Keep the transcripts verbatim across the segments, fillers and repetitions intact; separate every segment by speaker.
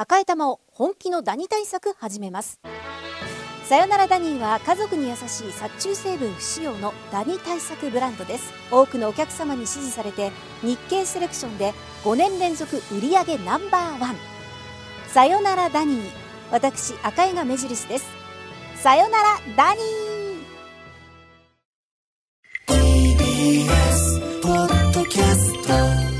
Speaker 1: 赤い玉を本気のダニ対策始めます。さよならダニーは家族に優しい殺虫成分不使用のダニ対策ブランドです。多くのお客様に支持されて日経セレクションでごねん連続売上ナンバーワン。さよならダニー、私赤井が目印です。さよならダニー。 ティービーエス ポッドキャスト。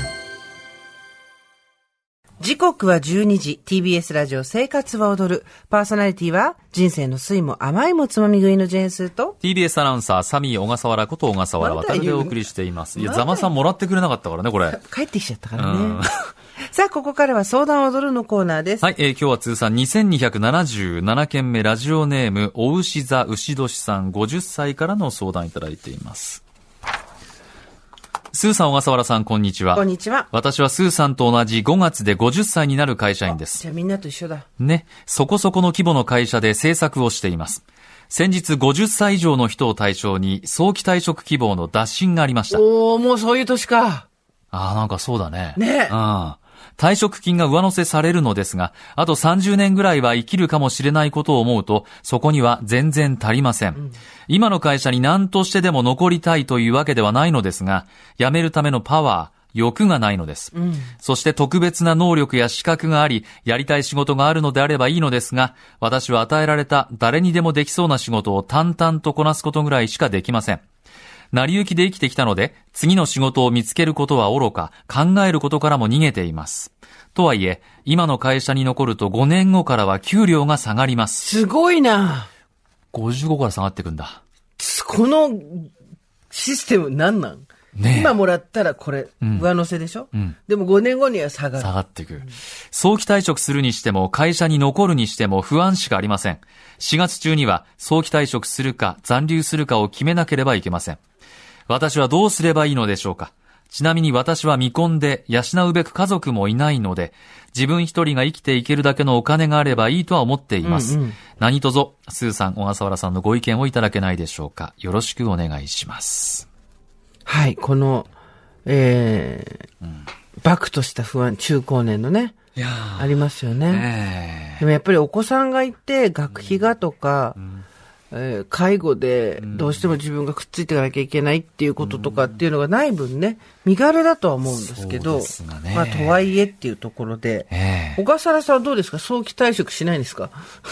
Speaker 2: 時刻はじゅうにじ、 ティービーエス ラジオ生活は踊る。パーソナリティは人生の酸いも甘いもつまみ食いのジェーンスーと
Speaker 3: ティービーエス アナウンサーサミー小笠原こと小笠原渡でお送りしています。いや、ざまさんもらってくれなかったからね、これ
Speaker 2: 帰ってきちゃったからね。さあ、ここからは相談踊るのコーナーです。
Speaker 3: はい、えー、今日は通算にせんにひゃくななじゅうななけんめ、ラジオネームお牛座牛年さん、ごじゅっさいからの相談いただいています。スーさん、小笠原さん、こんにちは。
Speaker 2: こんにちは。
Speaker 3: 私はスーさんと同じごがつでごじゅっさいになる会社員です。
Speaker 2: じゃあみんなと一緒だ。
Speaker 3: ね、そこそこの規模の会社で制作をしています。先日ごじゅっさい以上の人を対象に早期退職希望の打診がありました。
Speaker 2: おー、もうそういう年か。
Speaker 3: ああ、なんかそうだね。
Speaker 2: ね。
Speaker 3: うん。退職金が上乗せされるのですが、あとさんじゅうねんぐらいは生きるかもしれないことを思うと、そこには全然足りません。うん、今の会社に何としてでも残りたいというわけではないのですが、辞めるためのパワー、欲がないのです。うん、そして特別な能力や資格があり、やりたい仕事があるのであればいいのですが、私は与えられた誰にでもできそうな仕事を淡々とこなすことぐらいしかできません。成り行きで生きてきたので、次の仕事を見つけることは愚か、考えることからも逃げています。とはいえ、今の会社に残るとごねんごからは給料が下がります。
Speaker 2: すごいな。
Speaker 3: ごじゅうごから下がっていくんだ。
Speaker 2: このシステム何なん？ね、今もらったらこれ、うん、上乗せでしょ、うん、でもごねんごには下がる。
Speaker 3: 下がっていく。早期退職するにしても、会社に残るにしても不安しかありません。しがつ中には早期退職するか残留するかを決めなければいけません。私はどうすればいいのでしょうか。ちなみに私は未婚で養うべく家族もいないので、自分一人が生きていけるだけのお金があればいいとは思っています。うんうん、何卒、スーさん、小笠原さんのご意見をいただけないでしょうか。よろしくお願いします。
Speaker 2: はい、この、えー、うん、バクとした不安、中高年のね、いやありますよね、えー。でもやっぱりお子さんがいて、学費がとか、うんうんえー、介護でどうしても自分がくっついていかなきゃいけないっていうこととかっていうのがない分ね、身軽だとは思うんですけど、ね、まあとはいえっていうところで、えー、小笠原さんはどうですか？早期退職しないんですか？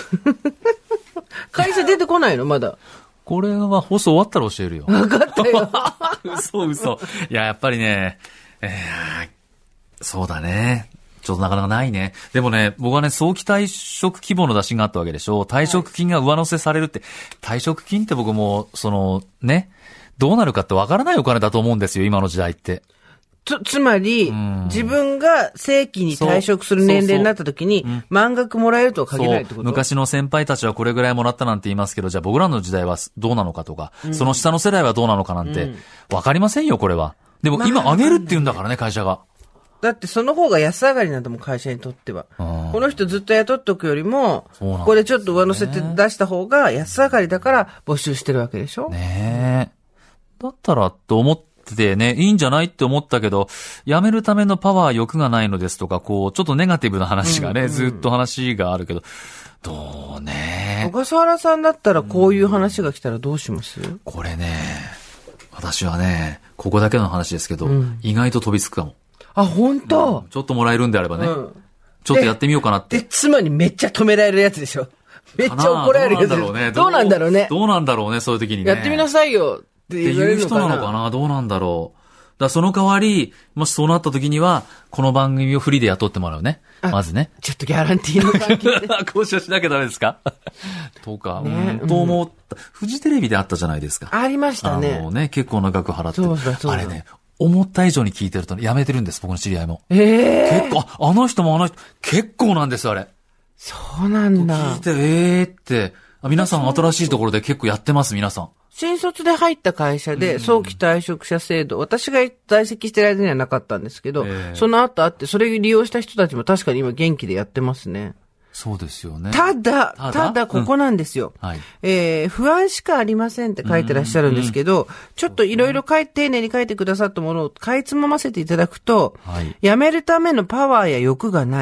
Speaker 2: 会社出てこないのまだ。
Speaker 3: これは放送終わったら教えるよ。
Speaker 2: わかったよ。
Speaker 3: 嘘嘘。いや、やっぱりね、えー、そうだね。ちょっとなかなかないね。でもね、僕はね、早期退職希望の打診があったわけでしょ。退職金が上乗せされるって、はい、退職金って僕も、その、ね、どうなるかってわからないお金だと思うんですよ、今の時代って。
Speaker 2: つ、つまり、自分が正規に退職する年齢になった時に、そうそう、うん、満額もらえるとは限らないってこと？
Speaker 3: 昔の先輩たちはこれぐらいもらったなんて言いますけど、じゃあ僕らの時代はどうなのかとか、うん、その下の世代はどうなのかなんて、わかりませんよ、これは。でも今上げるって言うんだからね、会社が。
Speaker 2: だってその方が安上がりなんだもん、会社にとっては。この人ずっと雇っとくよりも、ここでちょっと上乗せて出した方が安上がりだから募集してるわけでしょ？
Speaker 3: ねえ。だったらと思ってね、いいんじゃないって思ったけど、辞めるためのパワー欲がないのですとか、こう、ちょっとネガティブな話がね、うんうん、ずっと話があるけど、どうね。
Speaker 2: 小笠原さんだったらこういう話が来たらどうします？
Speaker 3: うん、これね、私はね、ここだけの話ですけど、うん、意外と飛びつくかも。
Speaker 2: あ、本当、
Speaker 3: うん、ちょっともらえるんであればね、うん。ちょっとやってみようかなって。
Speaker 2: で、妻にめっちゃ止められるやつでしょ。めっちゃ怒られるやつ。どうなんだろうね。どうなんだろうね。
Speaker 3: どうなんだろうね、そういう時にね。
Speaker 2: やってみなさいよって言われるのかな。っていう人なのか
Speaker 3: な、どうなんだろう。だからその代わり、もしそうなった時には、この番組をフリーで雇ってもらうね。まずね。
Speaker 2: ちょっとギャランティーの関係で。
Speaker 3: 交渉しなきゃダメですかとか、ね、うん、と思った。フジテレビであったじゃないですか。
Speaker 2: ありましたね。
Speaker 3: あのね、結構な額払って。
Speaker 2: そうだそうだ。
Speaker 3: あれね。思った以上に聞いてると、ね、やめてるんです、僕の知り合いも。
Speaker 2: ええー。
Speaker 3: 結構、あ、あの人もあの人、結構なんです、あれ。
Speaker 2: そうなんだ。
Speaker 3: 聞いて、ええー、って、皆さん新しいところで結構やってます、皆さん。
Speaker 2: 新卒で入った会社で、早期退職者制度、私が在籍してる間にはなかったんですけど、えー、その後あって、それを利用した人たちも確かに今元気でやってますね。
Speaker 3: そうですよね。
Speaker 2: ただ、ただ、ただここなんですよ、うんはい。えー、不安しかありませんって書いてらっしゃるんですけど、うんうん、ちょっといろいろ書いて、丁寧に書いてくださったものをかいつまませていただくと、はい、辞めるためのパワーや欲がない。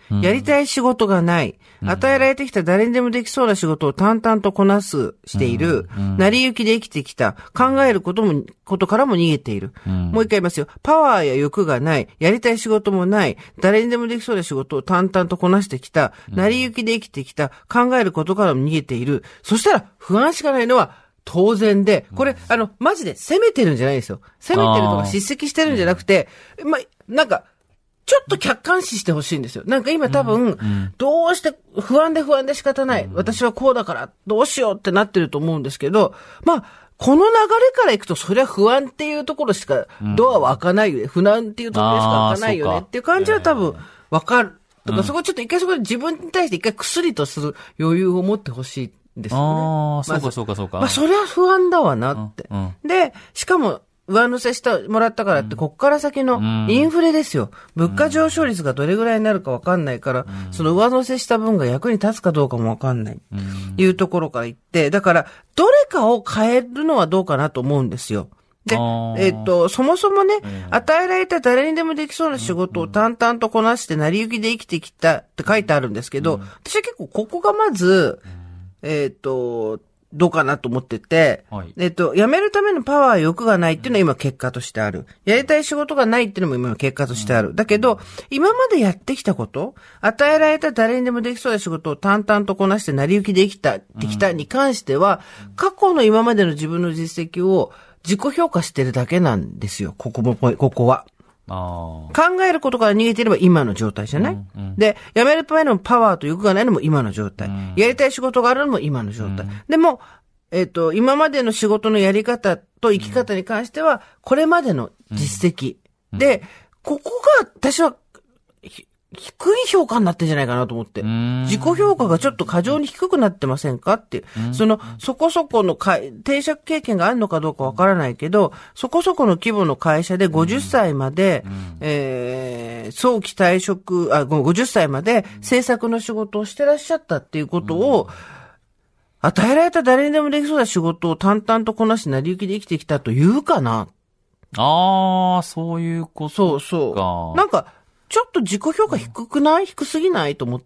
Speaker 2: やりたい仕事がない。与えられてきた誰にでもできそうな仕事を淡々とこなす、している。成り行きで生きてきた。考えることも、ことからも逃げている。もう一回言いますよ。パワーや欲がない。やりたい仕事もない。誰にでもできそうな仕事を淡々とこなしてきた。成り行きで生きてきた。考えることからも逃げている。そしたら不安しかないのは当然で、これ、あの、マジで責めてるんじゃないですよ。責めてるとか叱責してるんじゃなくて、ま、なんか、ちょっと客観視してほしいんですよ。なんか今多分、うんうん、どうして不安で不安で仕方ない。私はこうだからどうしようってなってると思うんですけど、まあ、この流れからいくとそりゃ不安っていうところしかドアは開かないよね。不安っていうところしか開かないよねっていう感じは多分わかる。とか、そこちょっと一回そこで自分に対して一回薬とする余裕を持ってほしいんですよね。
Speaker 3: ああ、そうかそうかそうか。
Speaker 2: まあそれは不安だわなって。うんうん、で、しかも、上乗せしてもらったからって、こっから先のインフレですよ。物価上昇率がどれぐらいになるかわかんないから、その上乗せした分が役に立つかどうかもわかんない。いうところから言って、だから、どれかを変えるのはどうかなと思うんですよ。で、えっと、そもそもね、与えられた誰にでもできそうな仕事を淡々とこなして成り行きで生きてきたって書いてあるんですけど、私は結構ここがまず、えっと、どうかなと思ってて、はい、えっと、辞めるためのパワー欲がないっていうのは今結果としてある。やりたい仕事がないっていうのも今結果としてある。だけど、今までやってきたこと、与えられた誰にでもできそうな仕事を淡々とこなして成り行きできた、できたに関しては、過去の今までの自分の実績を自己評価してるだけなんですよ。ここも、ここは。あ考えることから逃げていれば今の状態じゃない、うんうん、で、辞めるためのパワーと欲がないのも今の状態。うん、やりたい仕事があるのも今の状態。うん、でも、えっと、今までの仕事のやり方と生き方に関しては、これまでの実績。うん、で、ここが私は、低い評価になってんじゃないかなと思って。自己評価がちょっと過剰に低くなってませんかっていう。その、そこそこの会、定着経験があるのかどうかわからないけど、そこそこの規模の会社でごじゅっさいまで、えー、早期退職、あ、ごじゅっさいまで制作の仕事をしてらっしゃったっていうことを、与えられた誰にでもできそうな仕事を淡々とこなし成り行きで生きてきたというかな。
Speaker 3: ああ、そういうことか。
Speaker 2: そうそう。なんか、ちょっと自己評価低くない？低すぎないと思って。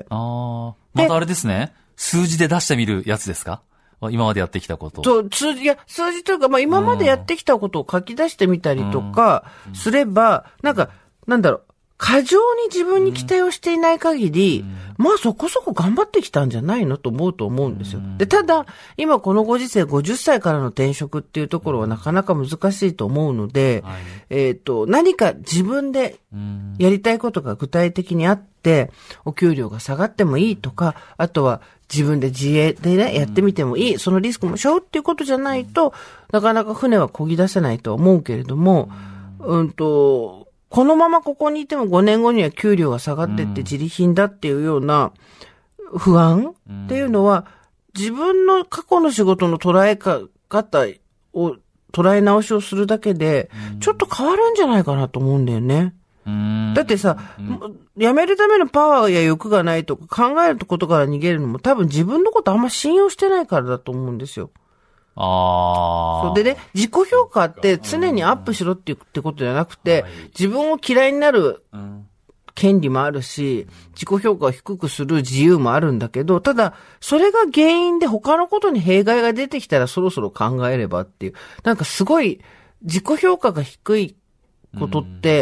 Speaker 3: ああ。またあれですね。数字で出してみるやつですか？今までやってきたこと。
Speaker 2: そう、数字、いや、数字というか、まあ今までやってきたことを書き出してみたりとか、すれば、なんか、なんだろう、過剰に自分に期待をしていない限り、うん、まあそこそこ頑張ってきたんじゃないのと思うと思うんですよ。うん、で、ただ、今このご時世ごじゅっさいからの転職っていうところはなかなか難しいと思うので、はい、えっと、何か自分でやりたいことが具体的にあって、お給料が下がってもいいとか、あとは自分で自営でね、やってみてもいい、そのリスクも背負うっていうことじゃないと、なかなか船は漕ぎ出せないと思うけれども、うんと、このままここにいてもごねんごには給料が下がってって自利品だっていうような不安っていうのは自分の過去の仕事の捉え方を捉え直しをするだけでちょっと変わるんじゃないかなと思うんだよね。だってさ、辞めるためのパワーや欲がないとか考えることから逃げるのも多分自分のことあんま信用してないからだと思うんですよ。
Speaker 3: ああ。
Speaker 2: そうでね、自己評価って常にアップしろっていうってことじゃなくて、自分を嫌いになる権利もあるし、自己評価を低くする自由もあるんだけど、ただ、それが原因で他のことに弊害が出てきたらそろそろ考えればっていう。なんかすごい、自己評価が低いことって、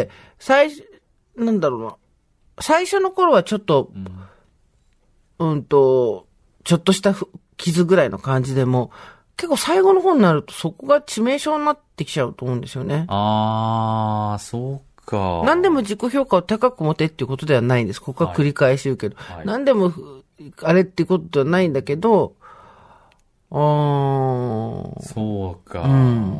Speaker 2: 最、なんだろうな。最初の頃はちょっと、うん、うんと、ちょっとした傷ぐらいの感じでも、結構最後の方になるとそこが致命傷になってきちゃうと思うんですよね。
Speaker 3: ああ、そうか。
Speaker 2: 何でも自己評価を高く持てっていうことではないんです。ここは繰り返し言うけど。はいはい、何でも、あれっていうことではないんだけど、あー。
Speaker 3: そうか、うん。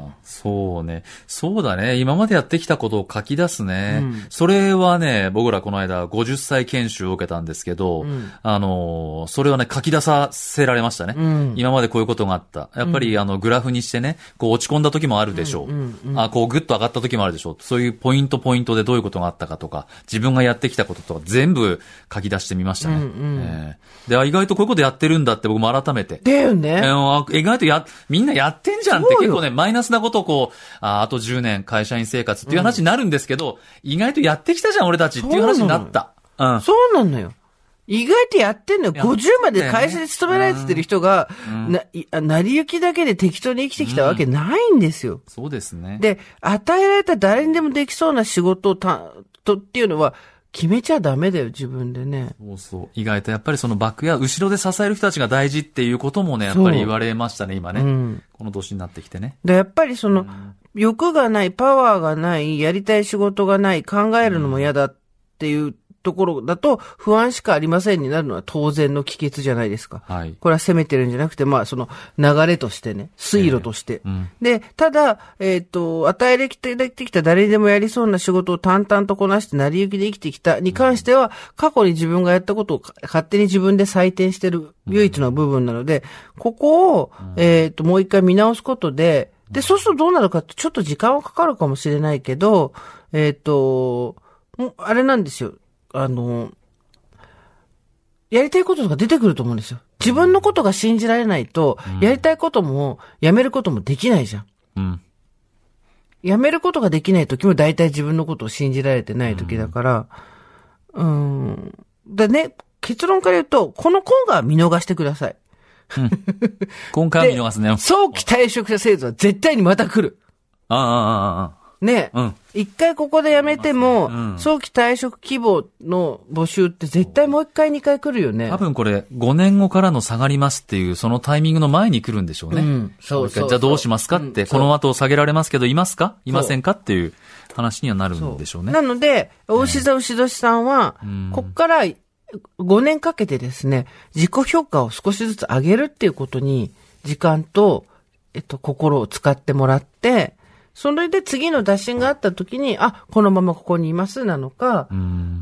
Speaker 3: そうね。そうだね。今までやってきたことを書き出すね。うん、それはね、僕らこの間ごじゅっさい研修を受けたんですけど、うん、あの、それはね、書き出させられましたね。うん、今までこういうことがあった。やっぱり、うん、あの、グラフにしてね、こう落ち込んだ時もあるでしょう。うんうんうん、あこうグッと上がった時もあるでしょう。そういうポイントポイントでどういうことがあったかとか、自分がやってきたこととか全部書き出してみましたね。うんうんえー、で、意外とこういうことやってるんだって僕も改めて。
Speaker 2: だよね。
Speaker 3: えー意外とや、みんなやってんじゃんって結構ね、マイナスなことをこう、あ、あとじゅうねん会社員生活っていう話になるんですけど、うん、意外とやってきたじゃん俺たちっていう話になった。 うん、
Speaker 2: そうなのよ。意外とやってんのよ。ごじゅうまで会社で勤められてる人が、うん、な、成り行きだけで適当に生きてきたわけないんですよ。
Speaker 3: うん、そうですね。
Speaker 2: で、与えられた誰にでもできそうな仕事をた、とっていうのは、決めちゃダメだよ、自分でね。
Speaker 3: そうそう。意外とやっぱりそのバックや後ろで支える人たちが大事っていうこともね、やっぱり言われましたね、今ね。うん、この年になってきてね。
Speaker 2: で、やっぱりその、うん、欲がない、パワーがない、やりたい仕事がない、考えるのも嫌だっていうところだと、不安しかありませんになるのは当然の帰結じゃないですか。はい。これは責めてるんじゃなくて、まあ、その流れとしてね、水路として。えーうん、で、ただ、えっと、与えてきた誰にでもやりそうな仕事を淡々とこなして成り行きで生きてきたに関しては、過去に自分がやったことを勝手に自分で採点してる唯一の部分なので、ここを、えっと、もう一回見直すことで、で、そうするとどうなるかってちょっと時間はかかるかもしれないけど、えっと、あれなんですよ。あの、やりたいことが出てくると思うんですよ。自分のことが信じられないと、うん、やりたいことも、やめることもできないじゃん。うん。やめることができないときも大体自分のことを信じられてないときだから、うん、ん。だね、結論から言うと、この今回は見逃してください。
Speaker 3: うん、今回は見逃すね。
Speaker 2: 早期退職者制度は絶対にまた来る。
Speaker 3: ああ、ああ、ああ。
Speaker 2: ね、うん、一回ここで辞めても、うん、早期退職希望の募集って絶対もう一回二回来るよね。
Speaker 3: 多分これごねんごからの下がりますっていうそのタイミングの前に来るんでしょうね。うん、そうそうそう。じゃあどうしますかって、うん、この後下げられますけどいますかいませんかっていう話にはなるんでしょうね。
Speaker 2: なので、大志座牛年さんは、うん、こっからごねんかけてですね、自己評価を少しずつ上げるっていうことに時間と、えっと、心を使ってもらって、それで次の打診があった時に、あ、このままここにいますなのか、うん、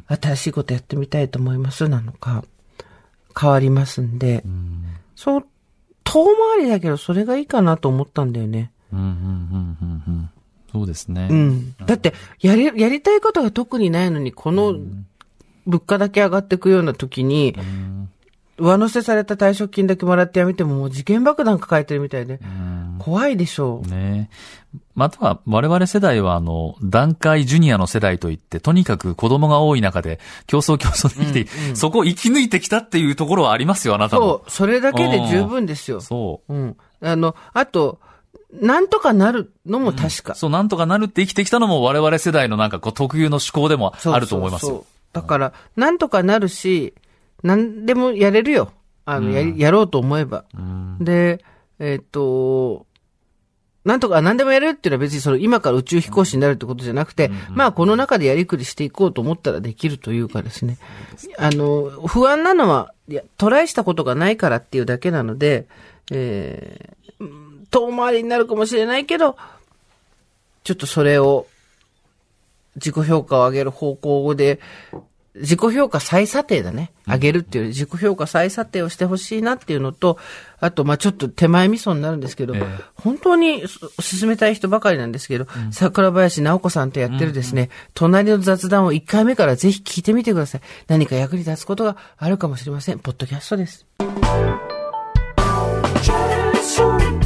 Speaker 2: 新しいことやってみたいと思いますなのか、変わりますんで、うん、そう、遠回りだけどそれがいいかなと思ったんだよね。
Speaker 3: うんうんうんうんうん、そうですね。
Speaker 2: うん。だって、やり、やりたいことが特にないのに、この物価だけ上がっていくような時に、うん上乗せされた退職金だけもらってやめてももう事件爆弾抱えてるみたいで、怖いでしょう。
Speaker 3: ねえ。または我々世代はあの、団塊ジュニアの世代といって、とにかく子供が多い中で競争競争できて、うんうん、そこを生き抜いてきたっていうところはありますよ、あなたも。
Speaker 2: そう、それだけで十分ですよ。
Speaker 3: そう。
Speaker 2: うん。あの、あと、なんとかなるのも確か、
Speaker 3: うん。そう、なんとかなるって生きてきたのも我々世代のなんかこう特有の思考でもあると思いますよ。そうそうそう
Speaker 2: だから、なんとかなるし、何でもやれるよ。あの、やり、やろうと思えば。うん、で、えっと、なんとか、何でもやるっていうのは別にその今から宇宙飛行士になるってことじゃなくて、うん、まあこの中でやりくりしていこうと思ったらできるというかですね。あの、不安なのは、いや、トライしたことがないからっていうだけなので、えー、遠回りになるかもしれないけど、ちょっとそれを、自己評価を上げる方向で、自己評価再査定だね。上げるっていうより自己評価再査定をしてほしいなっていうのと、あと、ま、ちょっと手前味噌になるんですけど、えー、本当に進めたい人ばかりなんですけど、うん、桜林直子さんとやってるですね、うんうん、隣の雑談をいっかいめからぜひ聞いてみてください。何か役に立つことがあるかもしれません。ポッドキャストです。